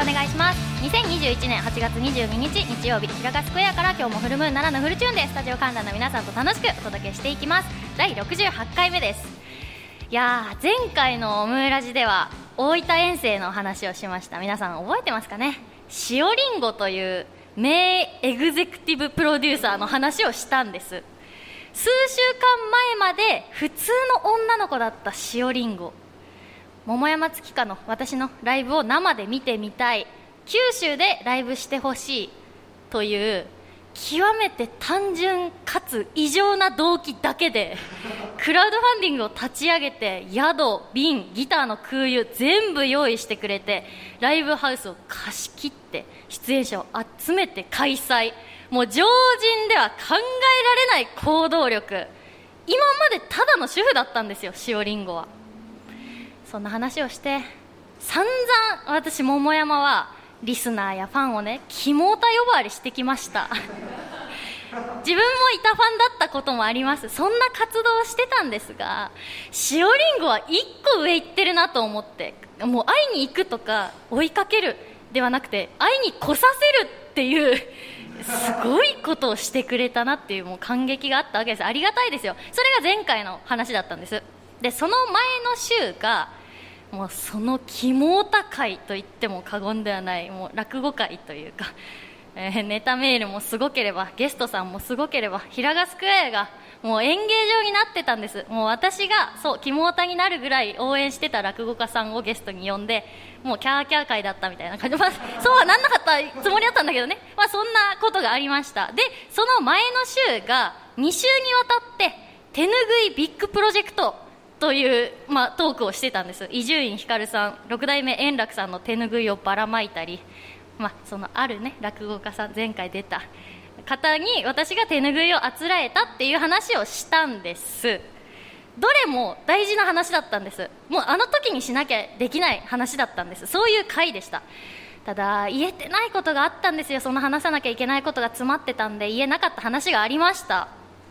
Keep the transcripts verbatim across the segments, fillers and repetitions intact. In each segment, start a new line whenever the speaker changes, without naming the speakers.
お願いします。にせんにじゅういちねんはちがつにじゅうににち日曜日、ひらがスクエアから今日もフルムーンならぬフルチューンでスタジオ観覧の皆さんと楽しくお届けしていきます。だいろくじゅうはちかいめです。いやー、前回のムーラジでは大分遠征の話をしました。皆さん覚えてますかね。しおりんごという名エグゼクティブプロデューサーの話をしたんです。数週間前まで普通の女の子だったしおりんご、桃山月花の私のライブを生で見てみたい、九州でライブしてほしいという極めて単純かつ異常な動機だけでクラウドファンディングを立ち上げて、宿、便、ギターの空輸全部用意してくれて、ライブハウスを貸し切って出演者を集めて開催。もう常人では考えられない行動力。今までただの主婦だったんですよ、しおりんごは。そんな話をして散々私桃山はリスナーやファンをね、キモータ呼ばわりしてきました自分もいたファンだったこともあります。そんな活動をしてたんですが、しおりんごは一個上行ってるなと思って、もう会いに行くとか追いかけるではなくて、会いに来させるっていうすごいことをしてくれたなっていう、もう感激があったわけです。ありがたいですよ。それが前回の話だったんです。でその前の週がもうそのキモータ会と言っても過言ではない、もう落語会というか、えー、ネタメールもすごければゲストさんもすごければ、ひらがスクエアがもう演芸場になってたんです。もう私がそうキモータになるぐらい応援してた落語家さんをゲストに呼んで、もうキャーキャー会だったみたいな感じ、まあ、そうはなんなかったつもりだったんだけどね、まあ、そんなことがありました。でその前の週がに週にわたって手ぬぐいビッグプロジェクトという、まあ、トークをしてたんです。伊集院光さん、六代目円楽さんの手ぬぐいをばらまいたり、まあ、そのあるね落語家さん、前回出た方に私が手ぬぐいをあつらえたっていう話をしたんです。どれも大事な話だったんです。もうあの時にしなきゃできない話だったんです。そういう回でした。ただ言えてないことがあったんですよ。その話さなきゃいけないことが詰まってたんで言えなかった話がありました。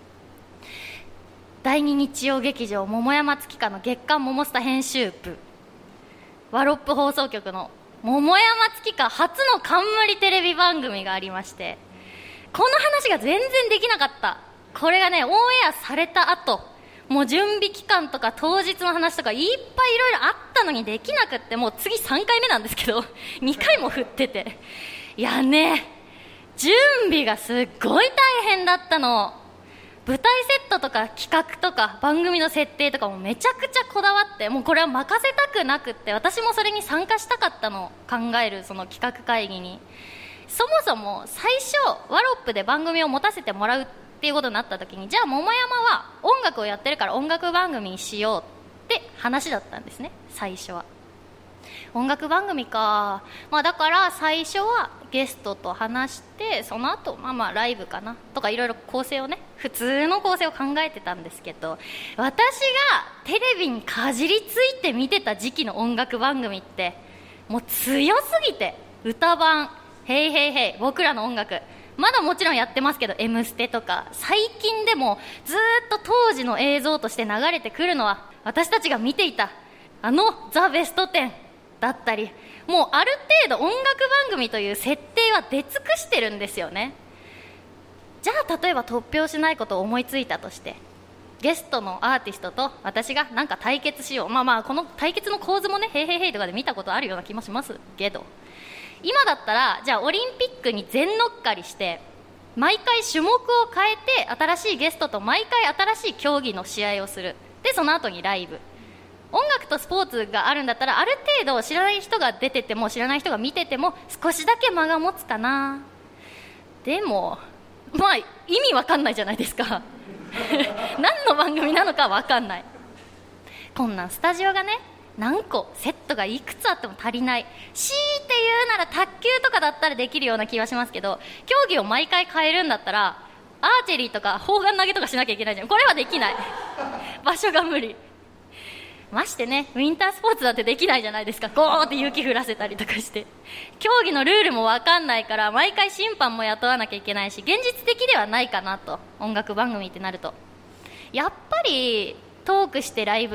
だいに日曜劇場桃山月花の月刊桃スタ編集部、ワロップ放送局の桃山月花初の冠テレビ番組がありまして、この話が全然できなかった。これがねオンエアされた後、もう準備期間とか当日の話とかいっぱいいろいろあったのにできなくって、もう次さんかいめなんですけどにかいも振ってて、いやね準備がすっごい大変だったの。舞台セットとか企画とか番組の設定とかもめちゃくちゃこだわって、もうこれは任せたくなくって、私もそれに参加したかったのを考えるその企画会議に。そもそも最初ワロップで番組を持たせてもらうっていうことになった時に、じゃあ桃山は音楽をやってるから音楽番組にしようって話だったんですね。最初は音楽番組か、まあ、だから最初はゲストと話して、その後まあまあライブかなとかいろいろ構成をね、普通の構成を考えてたんですけど、私がテレビにかじりついて見てた時期の音楽番組ってもう強すぎて、歌番、ヘイヘイヘイ、僕らの音楽まだもちろんやってますけど、 M ステとか最近でもずっと当時の映像として流れてくるのは私たちが見ていたあのザ・ベストテンだったり、もうある程度音楽番組という設定は出尽くしてるんですよね。じゃあ例えば突拍子ないことを思いついたとして、ゲストのアーティストと私がなんか対決しよう。まあまあこの対決の構図もね、ヘイヘイヘイとかで見たことあるような気もしますけど、今だったらじゃあオリンピックに全乗っかりして毎回種目を変えて新しいゲストと毎回新しい競技の試合をする。でその後にライブ。音楽とスポーツがあるんだったらある程度知らない人が出てても知らない人が見てても少しだけ間が持つかな。でもまあ意味わかんないじゃないですか何の番組なのかわかんない。こんなんスタジオがね何個セットがいくつあっても足りない。強いて言うなら卓球とかだったらできるような気はしますけど、競技を毎回変えるんだったらアーチェリーとか砲丸投げとかしなきゃいけないじゃん。これはできない場所が無理。ましてねウィンタースポーツだってできないじゃないですか。ゴーって雪降らせたりとかして、競技のルールも分かんないから毎回審判も雇わなきゃいけないし、現実的ではないかなと。音楽番組ってなるとやっぱりトークしてライブっ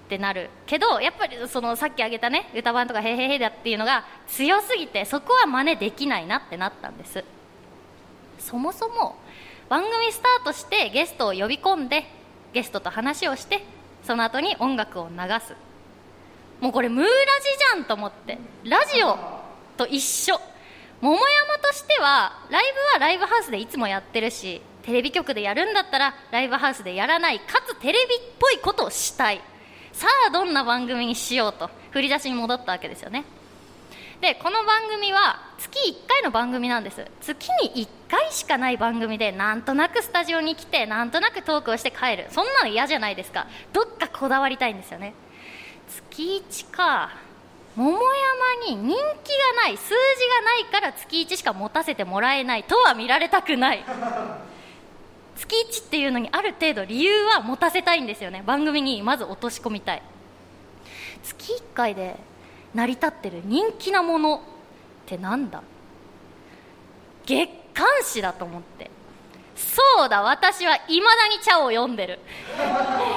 ってなるけど、やっぱりそのさっき挙げたね歌番とかへへへだっていうのが強すぎて、そこは真似できないなってなったんです。そもそも番組スタートしてゲストを呼び込んでゲストと話をして、その後に音楽を流す、もうこれムーラジじゃんと思って、ラジオと一緒。桃山としてはライブはライブハウスでいつもやってるし、テレビ局でやるんだったらライブハウスでやらない、かつテレビっぽいことをしたい。さあどんな番組にしようと振り出しに戻ったわけですよね。でこの番組は月いっかいの番組なんです。月にいっかいしかない番組で、なんとなくスタジオに来てなんとなくトークをして帰る、そんなの嫌じゃないですか。どっかこだわりたいんですよね。月いちか、桃山に人気がない、数字がないから月いちしか持たせてもらえないとは見られたくない月いちっていうのにある程度理由は持たせたいんですよね。番組にまず落とし込みたい。月いっかいで成り立ってる人気なものってなんだ、月刊誌だと思って、そうだ、私はいまだに茶を読んでる今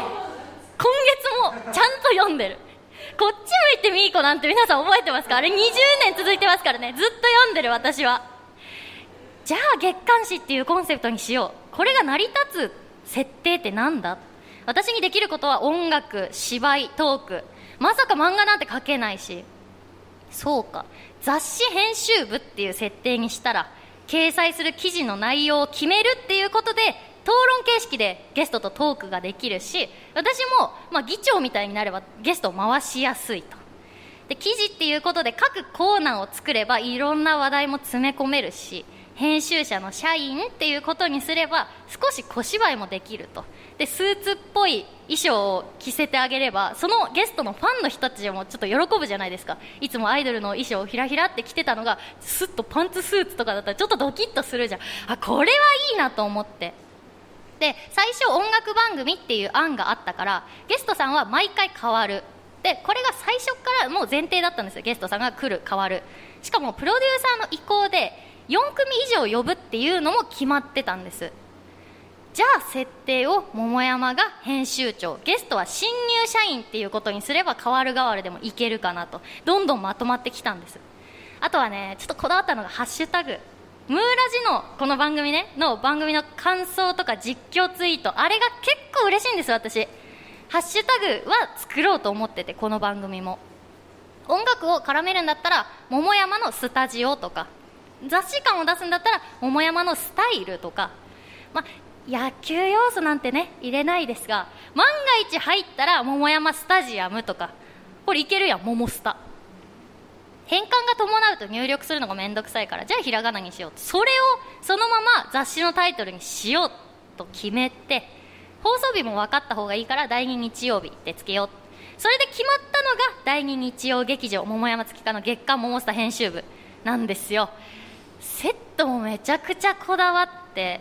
月もちゃんと読んでる。こっち向いてみーこなんて皆さん覚えてますか？あれにじゅうねん続いてますからね。ずっと読んでる私は。じゃあ月刊誌っていうコンセプトにしよう。これが成り立つ設定ってなんだ。私にできることは音楽、芝居、トーク、まさか漫画なんて書けないし、そうか、雑誌編集部っていう設定にしたら掲載する記事の内容を決めるっていうことで討論形式でゲストとトークができるし、私も、まあ、議長みたいになればゲストを回しやすいと。で記事っていうことで各コーナーを作ればいろんな話題も詰め込めるし、編集者の社員っていうことにすれば少し小芝居もできると。でスーツっぽい衣装を着せてあげれば、そのゲストのファンの人たちもちょっと喜ぶじゃないですか。いつもアイドルの衣装をひらひらって着てたのがスッとパンツスーツとかだったらちょっとドキッとするじゃん。あ、これはいいなと思って、で最初音楽番組っていう案があったからゲストさんは毎回変わる。でこれが最初からもう前提だったんですよ。ゲストさんが来る、変わる。しかもプロデューサーの意向でよんくみ以上呼ぶっていうのも決まってたんです。じゃあ設定を桃山が編集長、ゲストは新入社員っていうことにすれば変わる変わるでもいけるかなと、どんどんまとまってきたんです。あとはね、ちょっとこだわったのがハッシュタグ。ムーラジのこの番組ねの番組の感想とか実況ツイート、あれが結構嬉しいんです私。ハッシュタグは作ろうと思ってて、この番組も音楽を絡めるんだったら桃山のスタジオとか、雑誌感を出すんだったら桃山のスタイルとか、まあ野球要素なんてね入れないですが、万が一入ったら桃山スタジアムとか、これいけるやん、桃スタ。変換が伴うと入力するのがめんどくさいから、じゃあひらがなにしようと、それをそのまま雑誌のタイトルにしようと決めて、放送日も分かった方がいいからだいに日曜日ってつけよう。それで決まったのがだいに日曜劇場桃山月花の月刊桃スタ編集部なんですよ。セットもめちゃくちゃこだわって、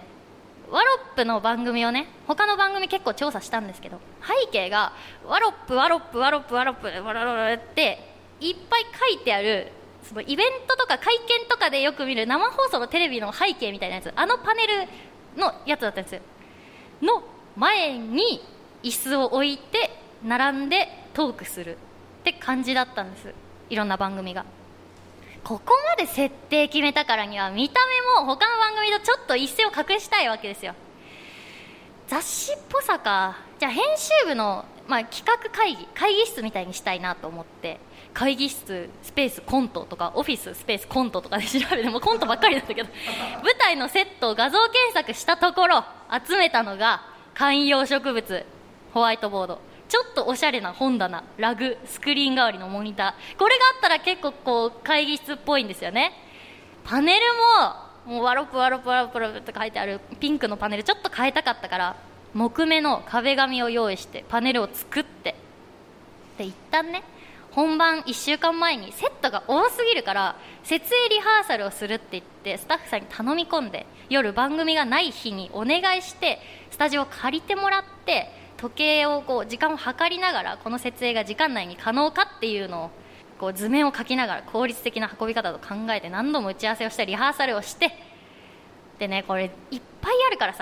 ワロップの番組をね、他の番組結構調査したんですけど、背景がワロップワロップワロップワロップワロロロっていっぱい書いてある、そのイベントとか会見とかでよく見る生放送のテレビの背景みたいなやつ、あのパネルのやつだったんですよ。の前に椅子を置いて並んでトークするって感じだったんです。いろんな番組がここまで設定決めたからには見た目も他の番組とちょっと一線を隠したいわけですよ。雑誌っぽさか。じゃあ編集部の、まあ、企画会議会議室みたいにしたいなと思って、会議室スペースコントとかオフィススペースコントとかで調べてもコントばっかりだったけど舞台のセットを画像検索したところ集めたのが観葉植物、ホワイトボード、ちょっとおしゃれな本棚、ラグ、スクリーン代わりのモニター、これがあったら結構こう会議室っぽいんですよね。パネルももうワロップワロップワロップワロップって書いてあるピンクのパネルちょっと変えたかったから木目の壁紙を用意してパネルを作って、で一旦ね本番いっしゅうかんまえにセットが多すぎるから設営リハーサルをするって言ってスタッフさんに頼み込んで、夜番組がない日にお願いしてスタジオを借りてもらって、時計をこう時間を計りながらこの設営が時間内に可能かっていうのをこう図面を描きながら効率的な運び方と考えて何度も打ち合わせをしてリハーサルをして、でねこれいっぱいあるからさ、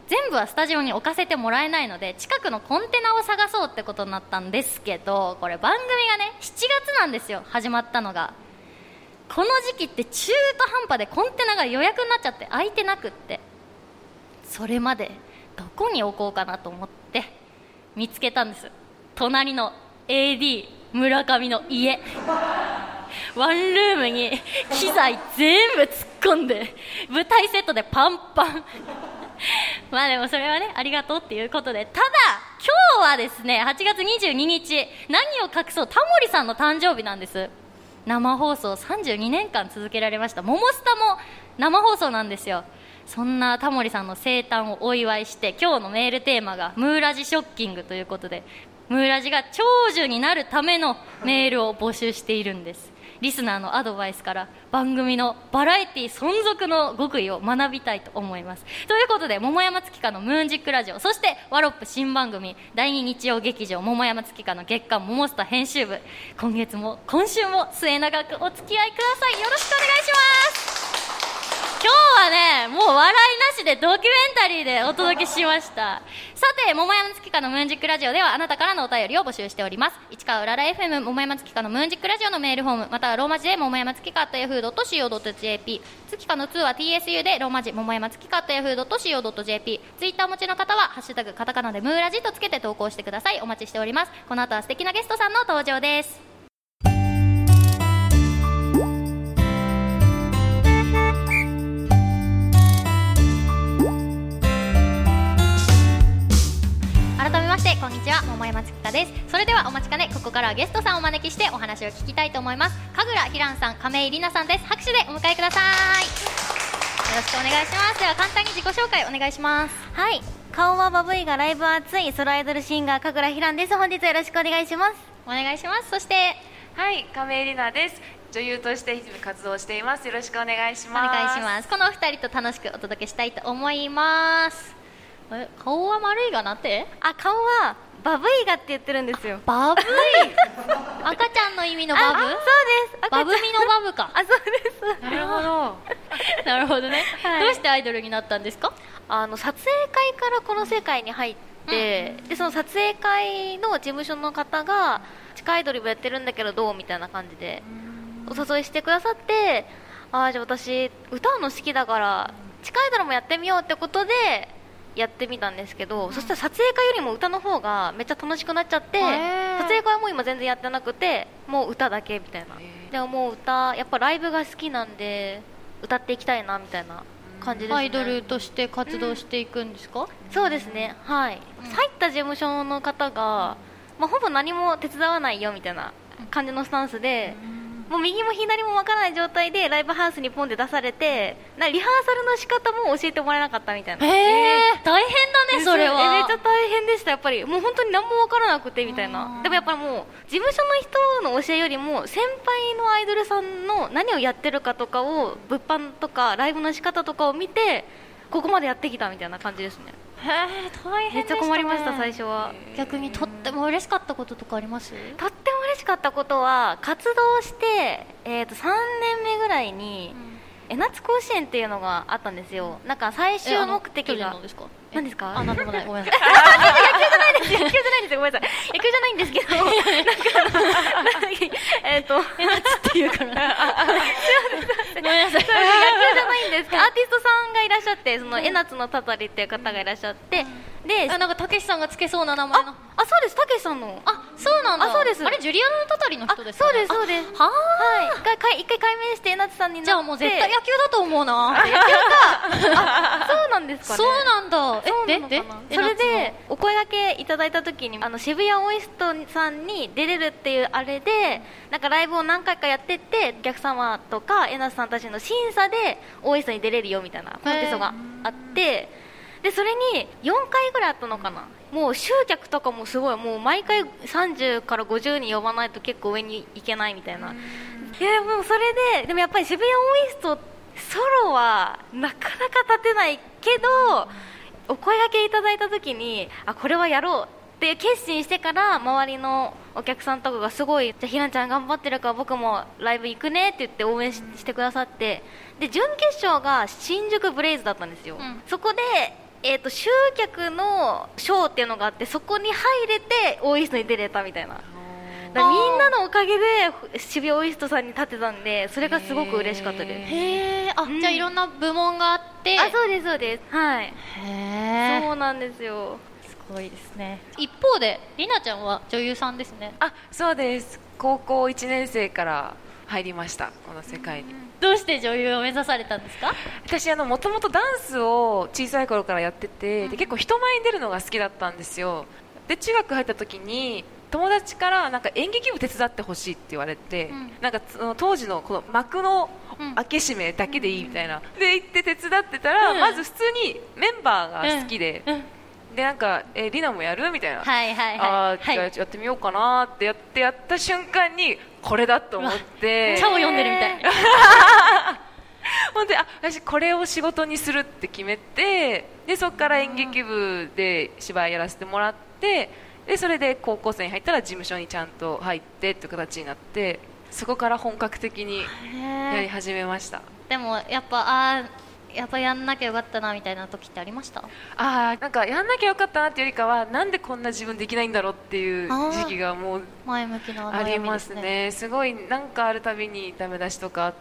全部はスタジオに置かせてもらえないので近くのコンテナを探そうってことになったんですけど、これ番組がねしちがつなんですよ、始まったのが。この時期って中途半端でコンテナが予約になっちゃって空いてなくって、それまでどこに置こうかなと思って見つけたんです。隣の エーディー 村上の家ワンルームに機材全部突っ込んで舞台セットでパンパンまあでもそれはねありがとうっていうことで、ただ今日はですねはちがつにじゅうににち、何を隠そうタモリさんの誕生日なんです。生放送さんじゅうにねんかん続けられましたモモスタも生放送なんですよ。そんなタモリさんの生誕をお祝いして今日のメールテーマがムーラジショッキングということで、ムーラジが長寿になるためのメールを募集しているんです。リスナーのアドバイスから番組のバラエティ存続の極意を学びたいと思います。ということで桃山月花のムーンジックラジオ、そしてワロップ新番組だいに日曜劇場桃山月花の月刊モモスタ編集部、今月も今週も末永くお付き合いください。よろしくお願いします。今日はねもう笑いなしでドキュメンタリーでお届けしました。さて桃山月花のムーンジックラジオではあなたからのお便りを募集しております。市川うらら エフエム 桃山月花のムーンジックラジオのメールフォーム、またはローマ字で桃山月花 ヤフー ドット シーオー ドット ジェーピー、 月花のには ティーエスユー でローマ字桃山月花 ヤフー ドット シーオー ドット ジェーピー、 ツイッターお持ちの方はハッシュタグカタカナでムーラジとつけて投稿してください。お待ちしております。この後は素敵なゲストさんの登場です。改めましてこんにちは、桃山月花です。それではお待ちかね、ここからはゲストさんをお招きしてお話を聞きたいと思います。神楽ひらんさん、亀井里奈さんです。拍手でお迎えください。よろしくお願いします。では簡単に自己紹介お願いします。
はい、顔はバブイがライブ熱いソロアイドルシンガー神楽ひらんです。本日よろしくお願いします。
お願いします。そして
はい、亀井里奈です。女優として日々活動しています。よろしくお願いします。
お願いします。このお二人と楽しくお届けしたいと思います。え、顔は丸いがなって？
あ、顔はバブイガって言ってるんですよ。
バブイ赤ちゃんの意味のバブ？
そうです。
バブミのバブか。
あ、そうです。
なるほど
なるほどね、はい、どうしてアイドルになったんですか？
あの撮影会からこの世界に入って、うん、でその撮影会の事務所の方が地下アイドルもやってるんだけどどうみたいな感じでお誘いしてくださって、あ、じゃあ私歌うの好きだから地下アイドルもやってみようってことでやってみたんですけど、うん、そしたら撮影会よりも歌の方がめっちゃ楽しくなっちゃって、撮影会はもう今全然やってなくてもう歌だけみたいな。でももう歌やっぱライブが好きなんで歌っていきたいなみたいな感じですね。
アイドルとして活動していくんですか？うん、
そうですね、はい、うん、入った事務所の方が、まあ、ほぼ何も手伝わないよみたいな感じのスタンスで、うん、もう右も左も分からない状態でライブハウスにポンで出されて、なリハーサルの仕方も教えてもらえなかったみたいな。
へー、大変だねそれは。
えめっちゃ大変でした。やっぱりもう本当に何も分からなくてみたいな。でもやっぱりもう事務所の人の教えよりも先輩のアイドルさんの何をやってるかとかを物販とかライブの仕方とかを見てここまでやってきたみたいな感じですね。
へー、大変でしたね。
めっちゃ困りました最初は。
逆にとっても嬉しかったこととかあります？
とっても嬉しかったことは活動して、えー、とさんねんめぐらいに、うん、え夏甲子園っていうのがあったんですよ。なんか最終目的が何ですか？
あ、なんでもない、ごめんなさい
野球じゃないです、野球じゃないですよ、ごめんなさい、野球じゃないんですけどなんかえっと
え夏っていうからごめんなさい、
野球じゃないんですけどアーティストさんがいらっしゃって、そのえなつのたたりっていう方がいらっしゃって、で
あ、なんかたけしさんがつけそうな名前の。
ああ、そうです、たけしさんの。
あ、そうなんだ。
あ、そうです。
あれジュリアナのたたりの人ですかね？
そうです、そうです。
は
ー、はい、一回一回改名してえなつさんになって。
じゃあもう絶対野球だと思うな。
野球かあ、そうなんですかね。
そうなんだ。え、でで
それでお声掛けいただいた時にあの渋谷オイストさんに出れるっていうあれでなんかライブを何回かやってってお客様とかえなつさんたちの審査でオイストに出れるよみたいなコンテストがあって、でそれによんかいぐらいあったのかな。もう集客とかもすごい、もう毎回さんじゅうからごじゅうにん呼ばないと結構上に行けないみたいな。いやもうそれででもやっぱり渋谷オイストソロはなかなか立てないけど、お声掛けいただいた時にあこれはやろうって決心してから周りのお客さんとかがすごいじゃあひらんちゃん頑張ってるから僕もライブ行くねって言って応援 し, してくださって、で準決勝が新宿ブレイズだったんですよ、うん、そこでえー、と集客の賞っていうのがあって、そこに入れてオーイーストに出れたみたいな。だからみんなのおかげで渋谷オーイーストさんに立てたんで、それがすごく嬉しかったです。
へー、あ、うん、じゃあいろんな部門があって。
あ、そうですそうです、はい。
へー、
そうなんですよ。
すごいですね。一方でりなちゃんは女優さんですね。
あ、そうです。高校いちねん生から入りました、この世界に。うん、
どうして女優を目指されたんですか？
私あのもともとダンスを小さい頃からやってて、で結構人前に出るのが好きだったんですよ。で中学入った時に友達からなんか演劇部手伝ってほしいって言われて、うん、なんかその当時のこの幕の開け閉めだけでいいみたいな、うん、で行って手伝ってたら、うん、まず普通にメンバーが好きで、うんうん、でなんかえリナもやるみたいな、
はいはいはい、
あー、はい、やってみようかなってやってやった瞬間にこれだと思って、
茶を読んでるみたい
ほんで、あ、私これを仕事にするって決めて、でそこから演劇部で芝居やらせてもらって、でそれで高校生に入ったら事務所にちゃんと入ってっていう形になって、そこから本格的にやり始めました。
でもやっぱあやっぱやんなきゃよかったなみたいな時ってありました？
あ、なんかやんなきゃよかったなっていうよりかは、なんでこんな自分できないんだろうっていう時期がもう
前向きな
ありますね。すごいなんかあるたびにダメ出しとかあって。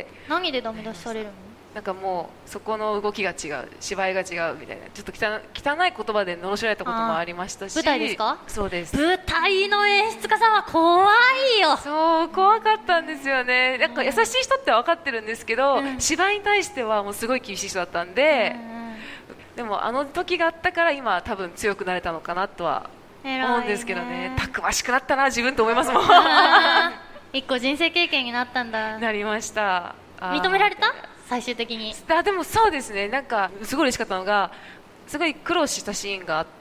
何でダメ出しされるの？
なんかもうそこの動きが違う、芝居が違うみたいな、ちょっと汚、汚い言葉で罵られたこともありましたし。
舞台ですか？
そうです。
舞台の演出家さんは怖いよ。
そう、怖かったんですよね。なんか優しい人って分かってるんですけど、うん、芝居に対してはもうすごい厳しい人だったんで、うん、でもあの時があったから今多分強くなれたのかなとは思うんですけどね。たくましくなったな自分と思いますもん
一個人生経験になったんだ。
なりました。
認められた？最終的に。
あ、でもそうですね。なんかすごい嬉しかったのが、すごい苦労したシーンがあって、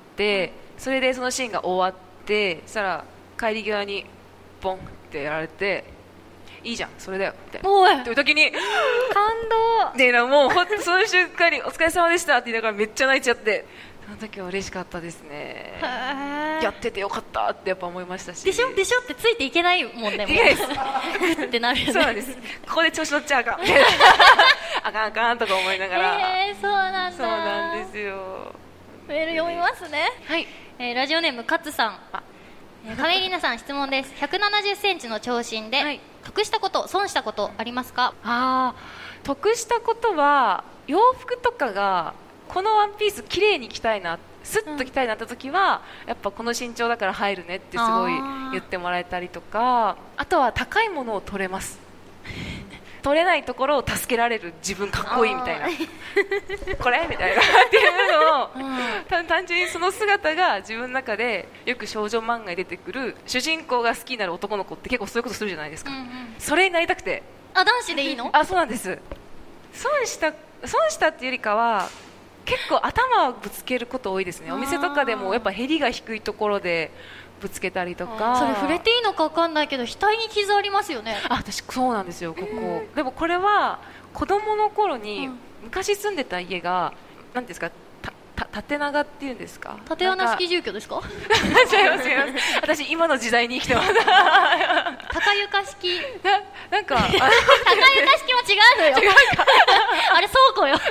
それでそのシーンが終わって、そしたら帰り際にボンってやられて、いいじゃんそれだよみたいな
おい
っていう時に
感動
で、もう本当その瞬間にお疲れ様でしたって言いながらめっちゃ泣いちゃって、その時は嬉しかったですね。やっててよかったってやっぱ思いましたし。
でしょでしょってついていけないもんね。もうグってなるよね。
そうなんです。ここで調子乗っちゃうかあかんあかんとか思いながら。
えー、そうなんだ。
そうなんですよ。
メール読みますね。
はい、
えー、ラジオネームカツさん。亀井里奈さん質問です。ひゃくななじゅっセンチの長身で、はい、得したこと損したことありますか？
あー、得したことは洋服とかがこのワンピース綺麗に着たいな、スッと着たいなった時は、うん、やっぱこの身長だから入るねってすごい言ってもらえたりとか、あとは高いものを取れます取れないところを助けられる自分かっこいいみたいなこれみたいなっていうのを、うん、単純にその姿が自分の中で、よく少女漫画に出てくる主人公が好きになる男の子って結構そういうことするじゃないですか、うんうん、それになりたくて。
あ、男子でいいの？
あ、そうなんです。損した損したっていうよりかは結構頭をぶつけること多いですね。お店とかでもやっぱヘリが低いところでぶつけたりとか。
それ触れていいのか分かんないけど額に傷ありますよね。
あ、私そうなんですよここ。でもこれは子供の頃に昔住んでた家が何ですか、たた縦長っていうんですか。
縦穴式住居ですか？
違います違います。私今の時代に生きてます
高床式
な、なんか高床式も
違うのよ。違うかあれ倉庫よ。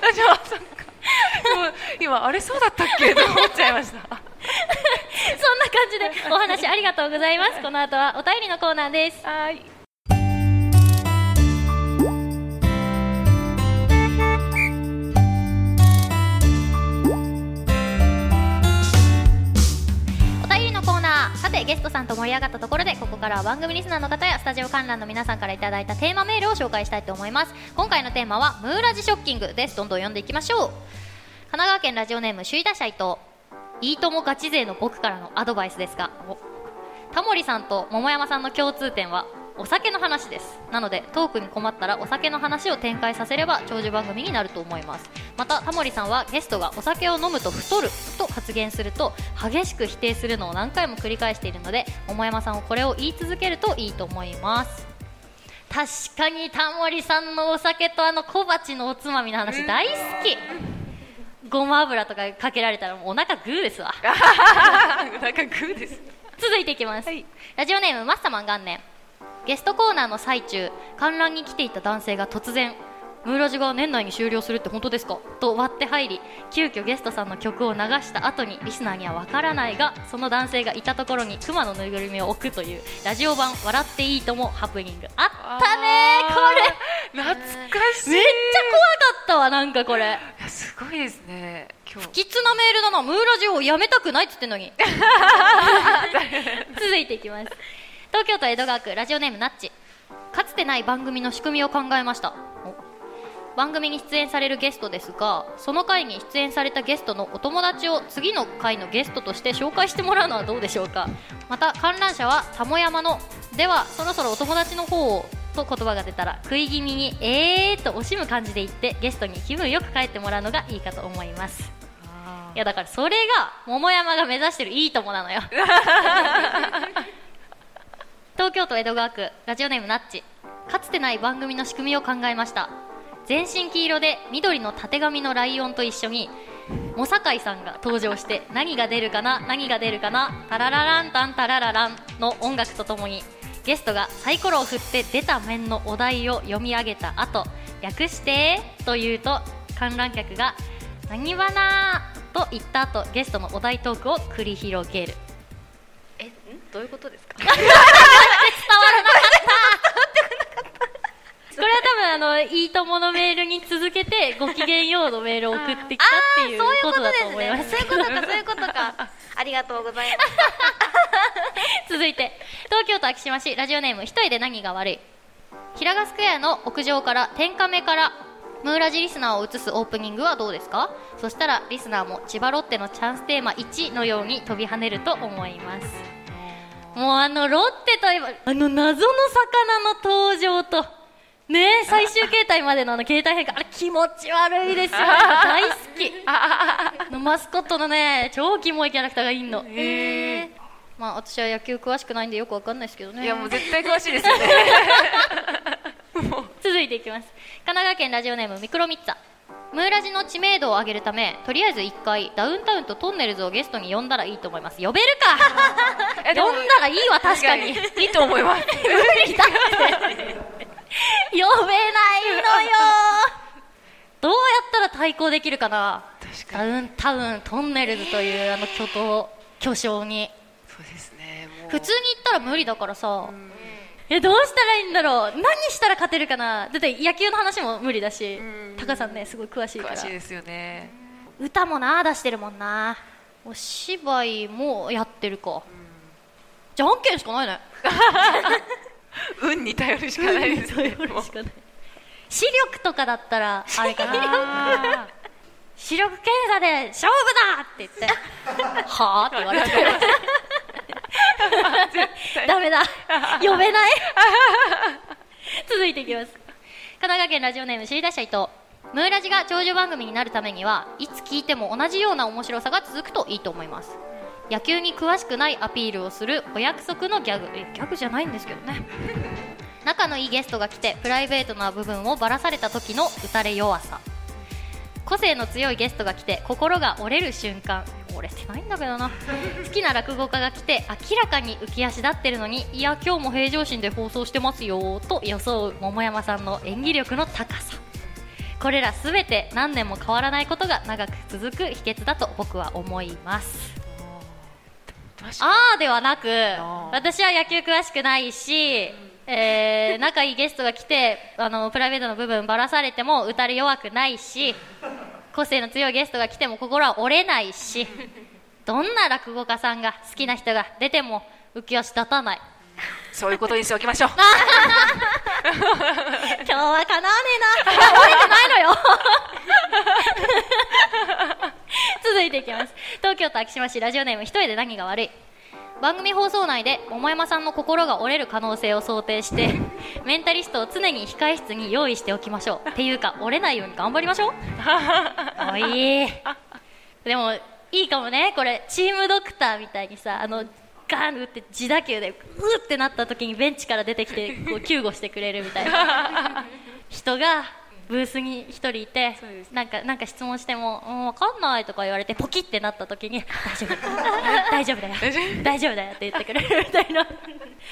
今あれそうだったっけと思っちゃいましたそんな感
じでお話ありがとうございます。この後はお便りのコーナーです。
はい、
お便りのコーナー。さてゲストさんと盛り上がったところで、ここからは番組リスナーの方やスタジオ観覧の皆さんからいただいたテーマメールを紹介したいと思います。今回のテーマはムーラジショッキングです。どんどん読んでいきましょう。神奈川県ラジオネーム首位打者伊藤。いいともガチ勢の僕からのアドバイスですが、タモリさんと桃山さんの共通点はお酒の話です。なのでトークに困ったらお酒の話を展開させれば長寿番組になると思います。またタモリさんはゲストがお酒を飲むと太ると発言すると激しく否定するのを何回も繰り返しているので、桃山さんはこれを言い続けるといいと思います。確かにタモリさんのお酒とあの小鉢のおつまみの話大好き。ごま油とかかけられたらもうお腹グーですわ
お腹グーです。
続いていきます、はい、ラジオネームマッサマン元年。ゲストコーナーの最中、観覧に来ていた男性が突然ムーラジが年内に終了するって本当ですかと割って入り、急遽ゲストさんの曲を流した後にリスナーにはわからないがその男性がいたところにクマのぬいぐるみを置くというラジオ版笑っていいともハプニングあったねー。これ
懐かしい。
めっちゃ怖かったわ。なんかこれ
いやすごいですね。今日
不吉なメールだな。ムーラジオをやめたくないって言ってんのに続いていきます。東京都江戸川区ラジオネームナッチ。かつてない番組の仕組みを考えました。番組に出演されるゲストですが、その回に出演されたゲストのお友達を次の回のゲストとして紹介してもらうのはどうでしょうか。また観覧車はたも山のではそろそろお友達の方をと言葉が出たら食い気味にえーっと惜しむ感じで言ってゲストに気分よく帰ってもらうのがいいかと思います。いやだからそれが桃山が目指してるいいともなのよ東京都江戸川区ラジオネームナッチ。かつてない番組の仕組みを考えました。全身黄色で緑のたてがみのライオンと一緒にモサカイさんが登場して何が出るかな何が出るかなタララランタンタララランの音楽とともにゲストがサイコロを振って出た面のお題を読み上げた後、略してと言うと観覧客が何ばなと言った後ゲストのお題トークを繰り広げる。
えんどういうことですか
伝わらなかったこれは多分あのいいとものメールに続けてご機嫌ようのメールを送ってきたっていうことだと思います。
そういうことかそういうことかありがとうございます
続いて東京都昭島市ラジオネーム一人で何が悪い。平賀スクエアの屋上から天カメからムーラジリスナーを映すオープニングはどうですか。そしたらリスナーも千葉ロッテのチャンステーマいちのように飛び跳ねると思います。もうあのロッテといえばあの謎の魚の登場とねえ最終形態までのあの形態変化あれ気持ち悪いですよ大好きのマスコットのね超キモいキャラクターがいんの。へえ。まあ私は野球詳しくないんでよくわかんないですけどね。
いやもう絶対詳しいですよね
続いていきます。神奈川県ラジオネームミクロミッツァ。ムーラジの知名度を上げるためとりあえずいっかいダウンタウンとトンネルズをゲストに呼んだらいいと思います。呼べるか呼んだらいいわ。確かに
いいと思います
無理だって呼べないのよどうやったら対抗できるかな。
確かに
ダウンタウントンネルズというあの巨頭巨匠に。
そうですね。もう
普通に言ったら無理だからさ、うん、えどうしたらいいんだろう。何したら勝てるかな。だって野球の話も無理だし、うん、タカさんねすごい詳しいから。
詳しいですよね。
歌もな出してるもんな。お芝居もやってるか、うん、じゃんけんしかないね
運に頼るしかないですね。
頼るしかない。視力とかだったらあれかな視力検査で勝負だって言ってはぁって言われてダメだ呼べない続いていきます。神奈川県ラジオネーム知り出した伊藤。ムーラジが長寿番組になるためにはいつ聞いても同じような面白さが続くといいと思います。野球に詳しくないアピールをするお約束のギャグ。えギャグじゃないんですけどね仲のいいゲストが来てプライベートな部分をばらされた時の打たれ弱さ。個性の強いゲストが来て心が折れる瞬間。折れてないんだけどな好きな落語家が来て明らかに浮き足立ってるのにいや今日も平常心で放送してますよと装う桃山さんの演技力の高さ。これらすべて何年も変わらないことが長く続く秘訣だと僕は思います。あーではなく私は野球詳しくないし、えー、仲いいゲストが来てあのプライベートの部分ばらされても打たれ弱くないし、個性の強いゲストが来ても心は折れないし、どんな落語家さんが好きな人が出ても浮き足立たない。
そういうことにしておきましょう
今日はかなわねえな。いや折れてないのよ続いていきます。東京都昭島市ラジオネーム一人で何が悪い。番組放送内で桃山さんの心が折れる可能性を想定してメンタリストを常に控室に用意しておきましょう。っていうか折れないように頑張りましょうおいでもいいかもねこれ。チームドクターみたいにさあのガーン打って自打球でうってなった時にベンチから出てきてこう救護してくれるみたいな人がブースに一人いて、なんか、なんか質問しても、うん、分かんないとか言われてポキってなった時に大丈夫大丈夫だよ大丈夫だよって言ってくれるみたいな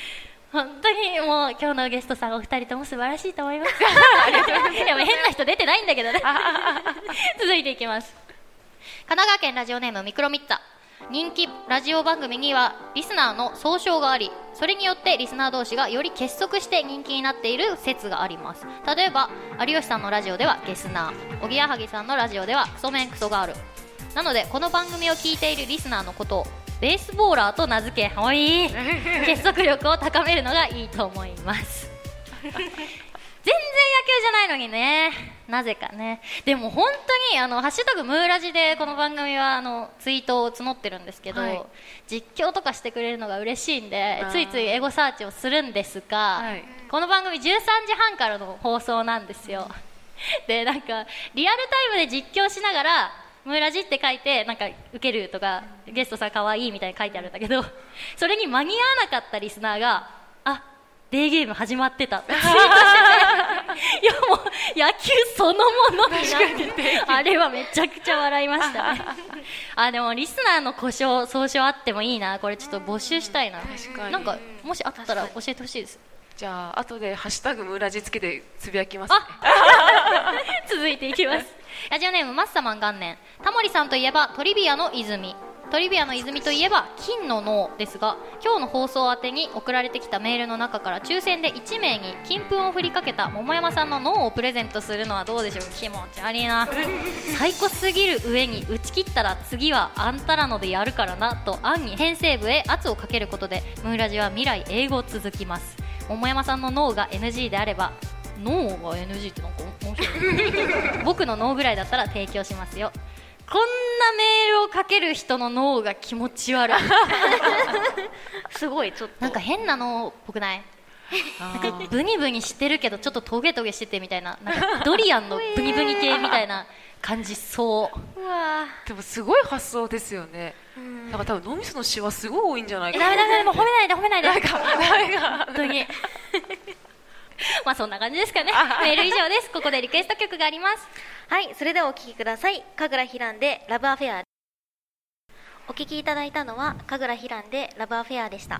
本当にもう今日のゲストさんお二人とも素晴らしいと思いますでも変な人出てないんだけどね続いていきます。神奈川県ラジオネームミクロミッツァ。人気ラジオ番組にはリスナーの総称があり、それによってリスナー同士がより結束して人気になっている説があります。例えば有吉さんのラジオではゲスナー、おぎやはぎさんのラジオではクソメンクソガールなので、この番組を聞いているリスナーのことをベースボーラーと名付け、おい結束力を高めるのがいいと思います全然野球じゃないのにね、なぜかね。でも本当にあのハッシュタグムーラジでこの番組はあのツイートを募ってるんですけど、はい、実況とかしてくれるのが嬉しいんでついついエゴサーチをするんですが、はい、この番組じゅうさんじはんからの放送なんですよでなんかリアルタイムで実況しながらムーラジって書いてなんかウケるとかゲストさんかわいいみたいに書いてあるんだけど、それに間に合わなかったリスナーがあデーゲーム始まってたってツイートしてていやもう野球そのものになってあれはめちゃくちゃ笑いましたねあでもリスナーの故障総称あってもいいな、これちょっと募集したいな。確かになんかもしあったら教えてほしいです。
じゃあ後でハッシュタグムーラジつけてつぶやきます、ね、
続いていきます。ラジオネームマッサマン元年。タモリさんといえばトリビアの泉、トリビアの泉といえば金の脳ですが、今日の放送宛てに送られてきたメールの中から抽選でいち名に金粉を振りかけた桃山さんの脳をプレゼントするのはどうでしょう。気持ち悪いな最高すぎる上に打ち切ったら次はあんたらのでやるからなと暗に編成部へ圧をかけることでムーラジは未来永劫続きます。桃山さんの脳が エヌジー であれば、脳が エヌジー ってなんか面白い僕の脳ぐらいだったら提供しますよ。こんなメールをかける人の脳が気持ち悪い
すごいちょっと
なんか変な脳っぽくない？なんかブニブニしてるけどちょっとトゲトゲしててみたいな、なんかドリアンのブニブニ系みたいな感じそう
うわ
でもすごい発想ですよね。なんか多分脳みそのシワすごい多いんじゃないかな。
ダメダメ、もう褒めないで褒めないで
なんか
本当にまあそんな感じですかね。メール以上です。ここでリクエスト曲があります。
はい、それではお聴きください。神楽ひらんでラブアフェア。お聴きいただいたのは神楽ひらんでラブアフェアでした。
はい、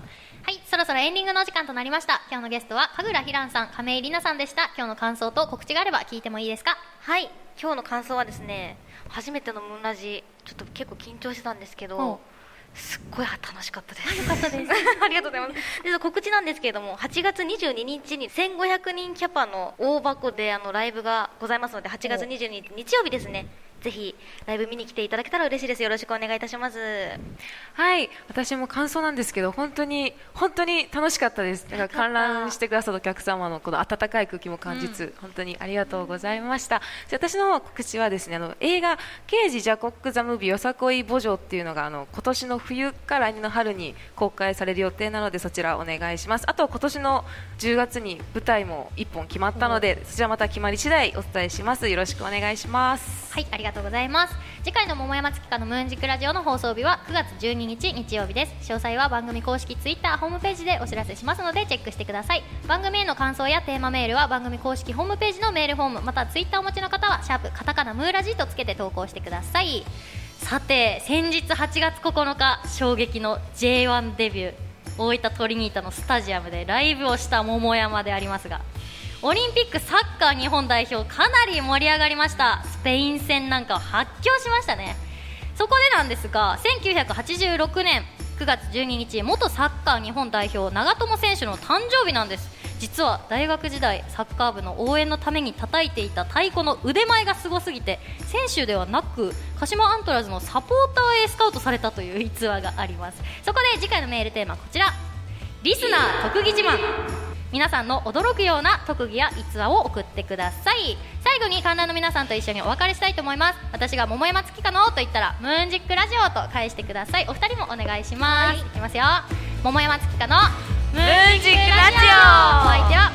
そろそろエンディングのお時間となりました。今日のゲストは神楽ひらんさん、亀井里奈さんでした。今日の感想と告知があれば聞いてもいいですか？
はい、今日の感想はですね、初めてのムーンラジちょっと結構緊張してたんですけど、すっごい楽しかったです。
よかったです
ありがとうございます。で告知なんですけれども、はちがつにじゅうににちにせんごひゃくにんキャパの大箱であのライブがございますので、はちがつにじゅうににち日曜日ですね、ぜひライブ見に来ていただけたら嬉しいです。よろしくお願いいたします。
はい、私も感想なんですけど、本当に本当に楽しかったです。だから観覧してくださったお客様のこの温かい空気も感じつつ、うん、本当にありがとうございました。私の方告知はですね、あの映画刑事ジャコック・ザ・ムービーよさこい墓場っていうのがあの今年の冬から来年の春に公開される予定なので、そちらお願いします。あと今年のじゅうがつに舞台もいっぽん決まったので、うん、そちらまた決まり次第お伝えします。よろしくお願いします。
はい、ありがとうございます。次回の桃山月花のムーンジックラジオの放送日はくがつじゅうににち日曜日です。詳細は番組公式ツイッターホームページでお知らせしますのでチェックしてください。番組への感想やテーマメールは番組公式ホームページのメールフォーム、またツイッターをお持ちの方はシャープカタカナムーラジとつけて投稿してください。さて先日はちがつここのか衝撃の ジェイワン デビュー、大分トリニータのスタジアムでライブをした桃山でありますが、オリンピックサッカー日本代表かなり盛り上がりました。スペイン戦なんかを発狂しましたね。そこでなんですが、せんきゅうひゃくはちじゅうろくねんくがつじゅうににち元サッカー日本代表長友選手の誕生日なんです。実は大学時代サッカー部の応援のために叩いていた太鼓の腕前がすごすぎて、選手ではなく鹿島アントラーズのサポーターへスカウトされたという逸話があります。そこで次回のメールテーマはこちら、リスナー特技自慢。皆さんの驚くような特技や逸話を送ってください。最後に観覧の皆さんと一緒にお別れしたいと思います。私が桃山月花のと言ったらムーンジックラジオと返してください。お二人もお願いします。はい、いきますよ。桃山月花のムーンジックラジオ。お相手は